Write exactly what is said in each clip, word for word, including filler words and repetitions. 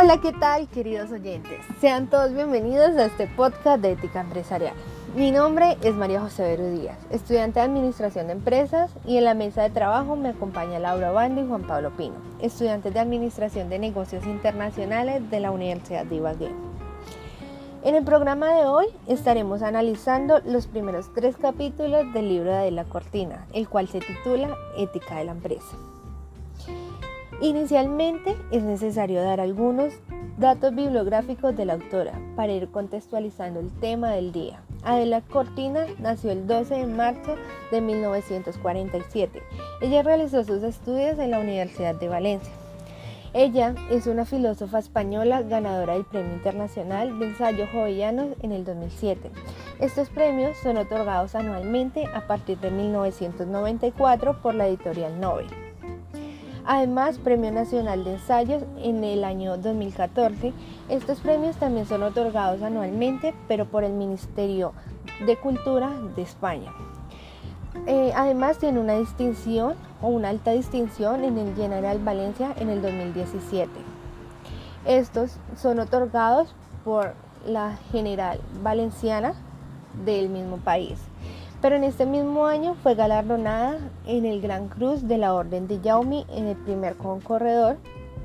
Hola, ¿qué tal, queridos oyentes? Sean todos bienvenidos a este podcast de Ética Empresarial. Mi nombre es María José Vero Díaz, estudiante de Administración de Empresas, y en la mesa de trabajo me acompaña Laura Bando y Juan Pablo Pino, estudiantes de Administración de Negocios Internacionales de la Universidad de Ibagué. En el programa de hoy estaremos analizando los primeros tres capítulos del libro de Adela Cortina, el cual se titula Ética de la Empresa. Inicialmente es necesario dar algunos datos bibliográficos de la autora para ir contextualizando el tema del día. Adela Cortina nació el doce de marzo de mil novecientos cuarenta y siete. Ella realizó sus estudios en la Universidad de Valencia. Ella es una filósofa española ganadora del Premio Internacional de Ensayo Jovellanos en el dos mil siete. Estos premios son otorgados anualmente a partir de mil novecientos noventa y cuatro por la editorial Nobel. Además, Premio Nacional de Ensayos en el año dos mil catorce. Estos premios también son otorgados anualmente, pero por el Ministerio de Cultura de España. Eh, además, tiene una distinción o una alta distinción en el General Valencia en el dos mil diecisiete. Estos son otorgados por la General Valenciana del mismo país. Pero en este mismo año fue galardonada en el Gran Cruz de la Orden de Jaume en el primer concorredor.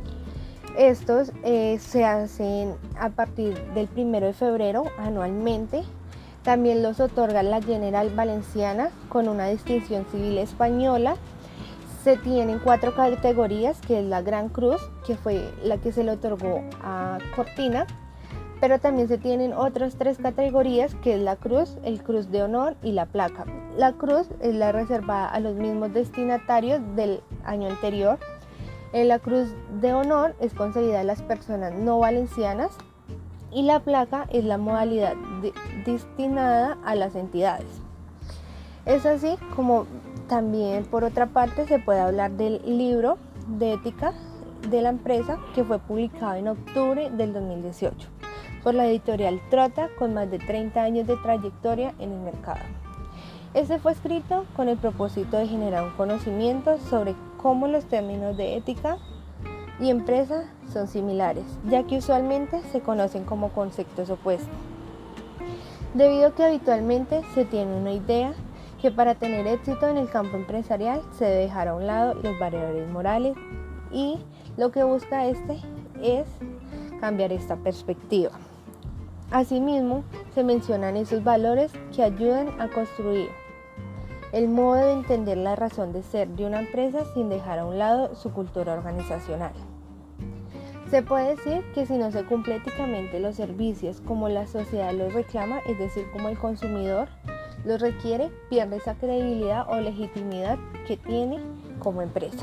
Estos eh, se hacen a partir del primero de febrero anualmente. También los otorga la General Valenciana con una distinción civil española. Se tienen cuatro categorías, que es la Gran Cruz, que fue la que se le otorgó a Cortina. Pero también se tienen otras tres categorías, que es la Cruz, el Cruz de Honor y la Placa. La Cruz es la reservada a los mismos destinatarios del año anterior. La Cruz de Honor es concedida a las personas no valencianas y la Placa es la modalidad de, destinada a las entidades. Es así como también, por otra parte, se puede hablar del libro de ética de la empresa, que fue publicado en octubre del dos mil dieciocho. Por la editorial Trota, con más de treinta años de trayectoria en el mercado. Este fue escrito con el propósito de generar un conocimiento sobre cómo los términos de ética y empresa son similares, ya que usualmente se conocen como conceptos opuestos. Debido a que habitualmente se tiene una idea que para tener éxito en el campo empresarial se debe dejar a un lado los valores morales, y lo que busca este es cambiar esta perspectiva. Asimismo, se mencionan esos valores que ayudan a construir el modo de entender la razón de ser de una empresa sin dejar a un lado su cultura organizacional. Se puede decir que si no se cumple éticamente los servicios como la sociedad los reclama, es decir, como el consumidor los requiere, pierde esa credibilidad o legitimidad que tiene como empresa.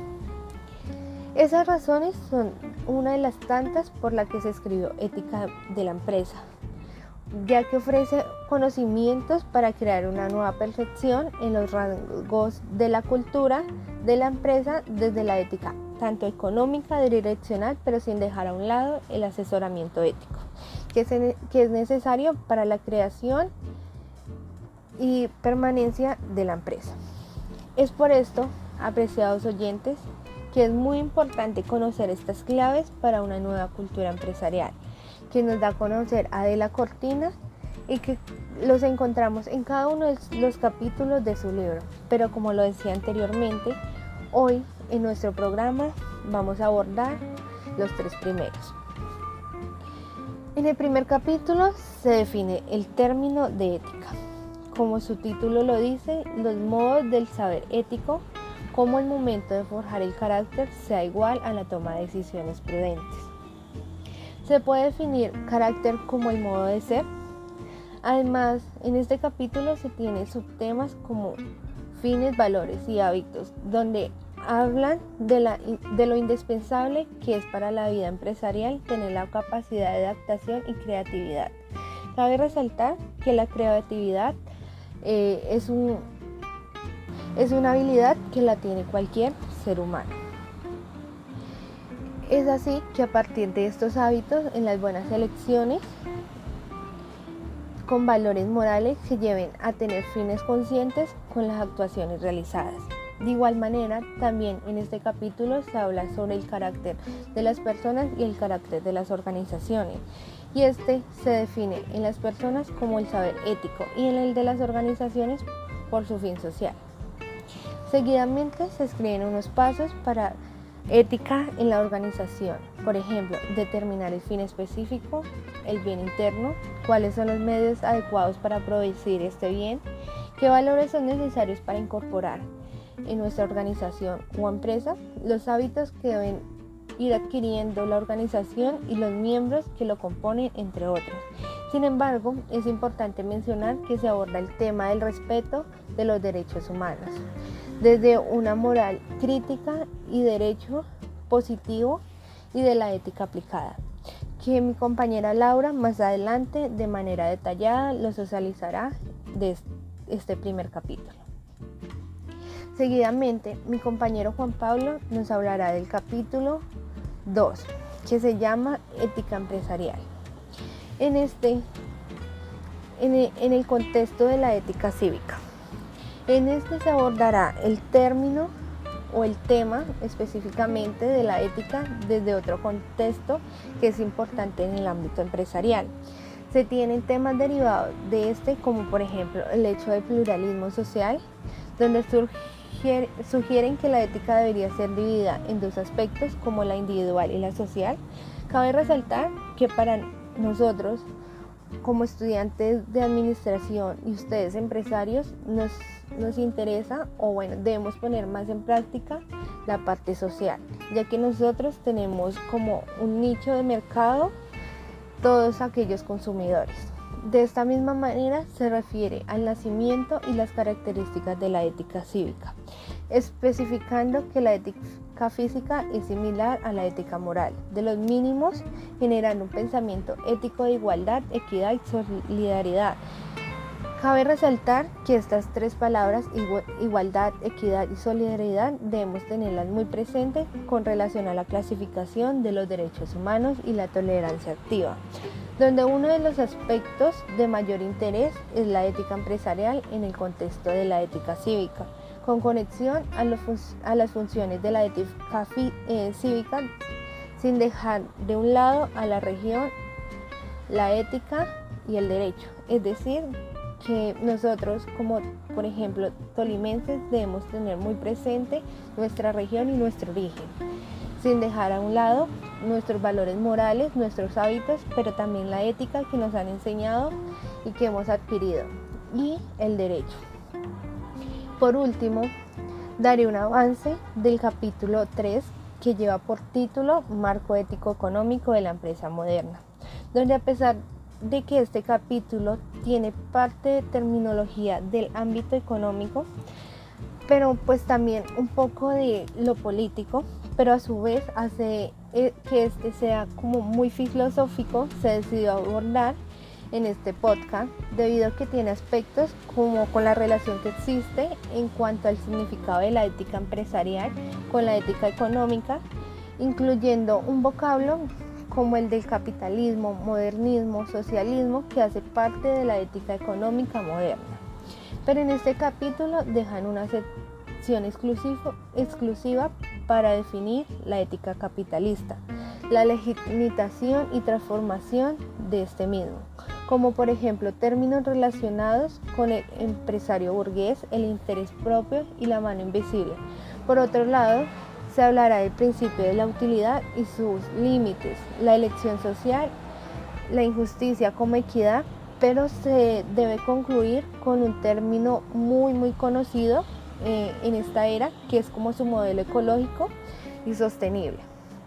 Esas razones son una de las tantas por las que se escribió Ética de la Empresa, ya que ofrece conocimientos para crear una nueva percepción en los rasgos de la cultura de la empresa desde la ética, tanto económica, direccional, pero sin dejar a un lado el asesoramiento ético, que es, que es necesario para la creación y permanencia de la empresa. Es por esto, apreciados oyentes, que es muy importante conocer estas claves para una nueva cultura empresarial, que nos da a conocer Adela Cortina y que los encontramos en cada uno de los capítulos de su libro. Pero como lo decía anteriormente, hoy en nuestro programa vamos a abordar los tres primeros. En el primer capítulo se define el término de ética. Como su título lo dice, los modos del saber ético, cómo el momento de forjar el carácter sea igual a la toma de decisiones prudentes. Se puede definir carácter como el modo de ser. Además, en este capítulo se tienen subtemas como fines, valores y hábitos, donde hablan de, la, de lo indispensable que es para la vida empresarial tener la capacidad de adaptación y creatividad. Cabe resaltar que la creatividad eh, es un Es una habilidad que la tiene cualquier ser humano. Es así que a partir de estos hábitos, en las buenas elecciones, con valores morales que lleven a tener fines conscientes con las actuaciones realizadas. De igual manera, también en este capítulo se habla sobre el carácter de las personas y el carácter de las organizaciones. Y este se define en las personas como el saber ético y en el de las organizaciones por su fin social. Seguidamente se escriben unos pasos para ética en la organización. Por ejemplo, determinar el fin específico, el bien interno, cuáles son los medios adecuados para producir este bien, qué valores son necesarios para incorporar en nuestra organización o empresa, los hábitos que deben ir adquiriendo la organización y los miembros que lo componen, entre otros. Sin embargo, es importante mencionar que se aborda el tema del respeto de los derechos humanos, desde una moral crítica y derecho positivo y de la ética aplicada, que mi compañera Laura más adelante de manera detallada lo socializará de este primer capítulo. Seguidamente, mi compañero Juan Pablo nos hablará del capítulo dos, que se llama Ética Empresarial. En este, en el, en el contexto de la ética cívica. En este se abordará el término o el tema específicamente de la ética desde otro contexto que es importante en el ámbito empresarial. Se tienen temas derivados de este, como por ejemplo el hecho de pluralismo social, donde surge, sugieren que la ética debería ser dividida en dos aspectos, como la individual y la social. Cabe resaltar que para nosotros, como estudiantes de administración y ustedes empresarios, nos, nos interesa, o bueno, debemos poner más en práctica la parte social, ya que nosotros tenemos como un nicho de mercado todos aquellos consumidores. De esta misma manera se refiere al nacimiento y las características de la ética cívica, especificando que la ética física es similar a la ética moral, de los mínimos, generando un pensamiento ético de igualdad, equidad y solidaridad. Cabe resaltar que estas tres palabras, igualdad, equidad y solidaridad, debemos tenerlas muy presentes con relación a la clasificación de los derechos humanos y la tolerancia activa, donde uno de los aspectos de mayor interés es la ética empresarial en el contexto de la ética cívica, con conexión a, los, a las funciones de la ética eh, cívica, sin dejar de un lado a la región, la ética y el derecho. Es decir, que nosotros, como por ejemplo tolimenses, debemos tener muy presente nuestra región y nuestro origen, sin dejar a un lado nuestros valores morales, nuestros hábitos, pero también la ética que nos han enseñado y que hemos adquirido, y el derecho. Por último, daré un avance del capítulo tres, que lleva por título Marco Ético Económico de la Empresa Moderna, donde a pesar de que este capítulo tiene parte de terminología del ámbito económico, pero pues también un poco de lo político, pero a su vez hace que este sea como muy filosófico, se decidió abordar en este podcast debido a que tiene aspectos como con la relación que existe en cuanto al significado de la ética empresarial con la ética económica, incluyendo un vocablo como el del capitalismo, modernismo, socialismo, que hace parte de la ética económica moderna. Pero en este capítulo dejan una sección exclusivo, exclusiva para definir la ética capitalista, la legitimación y transformación de este mismo, como por ejemplo términos relacionados con el empresario burgués, el interés propio y la mano invisible. Por otro lado, se hablará del principio de la utilidad y sus límites, la elección social, la injusticia como equidad, pero se debe concluir con un término muy muy conocido eh, en esta era, que es como su modelo ecológico y sostenible.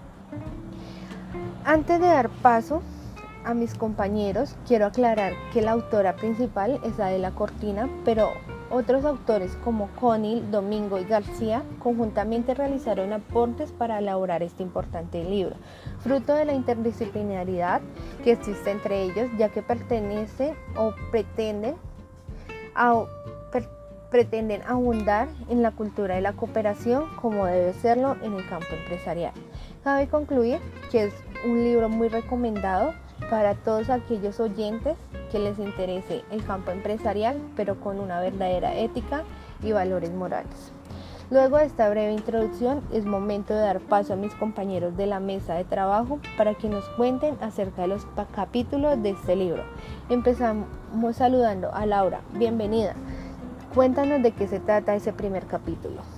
Antes de dar paso a mis compañeros, quiero aclarar que la autora principal es Adela Cortina, pero otros autores como Conil, Domingo y García conjuntamente realizaron aportes para elaborar este importante libro, fruto de la interdisciplinaridad que existe entre ellos, ya que pertenece o pretenden, a, per, pretenden abundar en la cultura de la cooperación como debe serlo en el campo empresarial. Cabe concluir que es un libro muy recomendado para todos aquellos oyentes que les interese el campo empresarial, pero con una verdadera ética y valores morales. Luego de esta breve introducción, es momento de dar paso a mis compañeros de la mesa de trabajo para que nos cuenten acerca de los capítulos de este libro. Empezamos saludando a Laura. Bienvenida. Cuéntanos de qué se trata ese primer capítulo.